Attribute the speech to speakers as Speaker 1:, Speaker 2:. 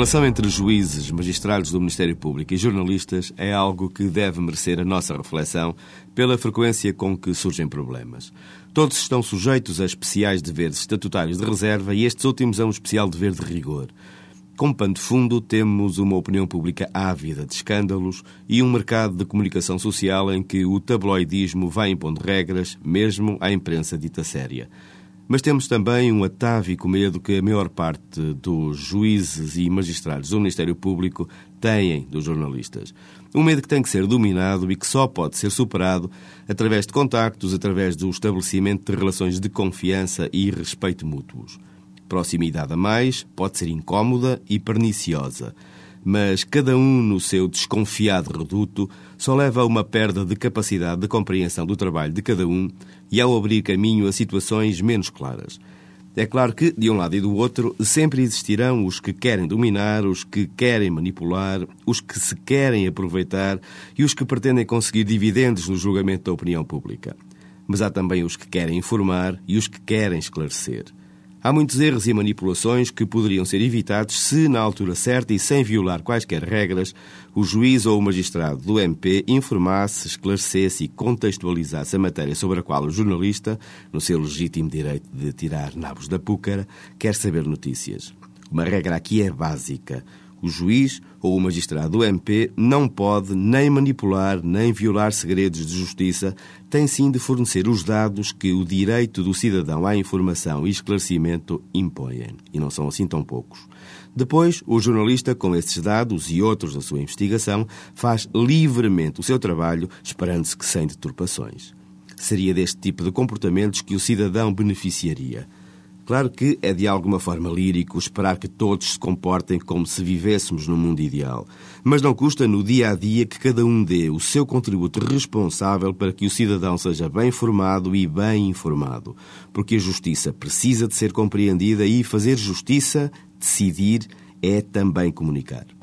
Speaker 1: relação entre juízes, magistrados do Ministério Público e jornalistas é algo que deve merecer a nossa reflexão pela frequência com que surgem problemas. Todos estão sujeitos a especiais deveres estatutários de reserva e estes últimos a um especial dever de rigor. Como pano de fundo, temos uma opinião pública ávida de escândalos e um mercado de comunicação social em que o tabloidismo vai impondo regras, mesmo à imprensa dita séria. Mas temos também um atávico medo que a maior parte dos juízes e magistrados do Ministério Público têm dos jornalistas. Um medo que tem que ser dominado e que só pode ser superado através de contactos, através do estabelecimento de relações de confiança e respeito mútuos. Proximidade a mais pode ser incómoda e perniciosa, mas cada um no seu desconfiado reduto só leva a uma perda de capacidade de compreensão do trabalho de cada um e ao abrir caminho a situações menos claras. É claro que, de um lado e do outro, sempre existirão os que querem dominar, os que querem manipular, os que se querem aproveitar e os que pretendem conseguir dividendos no julgamento da opinião pública. Mas há também os que querem informar e os que querem esclarecer. Há muitos erros e manipulações que poderiam ser evitados se, na altura certa e sem violar quaisquer regras, o juiz ou o magistrado do MP informasse, esclarecesse e contextualizasse a matéria sobre a qual o jornalista, no seu legítimo direito de tirar nabos da púcara, quer saber notícias. Uma regra aqui é básica. O juiz ou o magistrado do MP não pode nem manipular nem violar segredos de justiça, tem sim de fornecer os dados que o direito do cidadão à informação e esclarecimento impõem. E não são assim tão poucos. Depois, o jornalista, com esses dados e outros da sua investigação, faz livremente o seu trabalho, esperando-se que sem deturpações. Seria deste tipo de comportamentos que o cidadão beneficiaria. Claro que é de alguma forma lírico esperar que todos se comportem como se vivêssemos num mundo ideal, mas não custa no dia-a-dia que cada um dê o seu contributo responsável para que o cidadão seja bem formado e bem informado, porque a justiça precisa de ser compreendida e fazer justiça, decidir, é também comunicar.